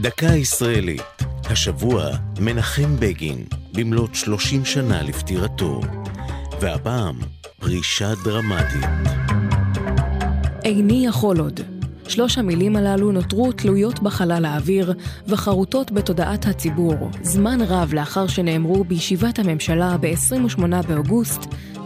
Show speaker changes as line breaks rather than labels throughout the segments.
דקה ישראלית. השבוע מנחם בגין, במלאת 30 שנה לפטירתו. והפעם, פרישה דרמטית.
איני יכול עוד. 3 המילים הללו נותרו תלויות בחלל האוויר וחרוטות בתודעת הציבור, זמן רב לאחר שנאמרו בישיבת הממשלה ב-28 באוגוסט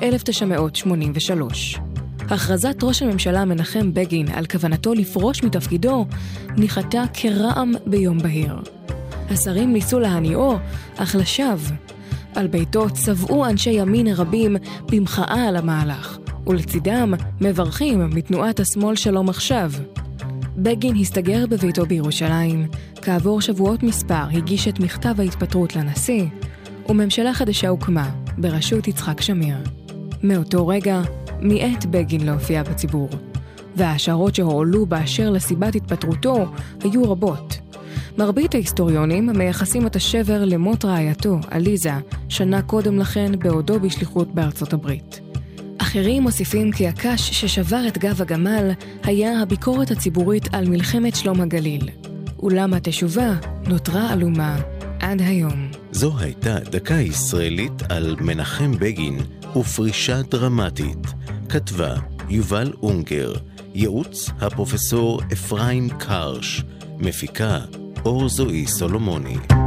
1983. הכרזת ראש הממשלה מנחם בגין על כוונתו לפרוש מתפקידו ניחתה כרעם ביום בהיר. השרים ניסו להניעו, אך לשווא. על ביתו צבעו אנשי ימין רבים במחאה על המהלך, ולצידם מברכים מתנועת השמאל שלום עכשיו. בגין הסתגר בביתו בירושלים, כעבור שבועות מספר הגיש את מכתב ההתפטרות לנשיא, וממשלה חדשה הוקמה בראשות יצחק שמיר. מאותו רגע מיעט בגין להופיע בציבור, וההשערות שהועלו באשר לסיבת התפטרותו היו רבות. מרבית ההיסטוריונים מייחסים את השבר למות רעייתו, עליזה, שנה קודם לכן בעודו בשליחות בארצות הברית. אחרים מוסיפים כי הקש ששבר את גב הגמל היה הביקורת הציבורית על מלחמת שלום הגליל. אולם התשובה נותרה עלומה עד היום.
זו הייתה דקה ישראלית על מנחם בגין ופרישה דרמטית. כתבה יובל אונגר, ייעוץ הפרופסור אפרים קרש, מפיקה אור זוהי סולומוני.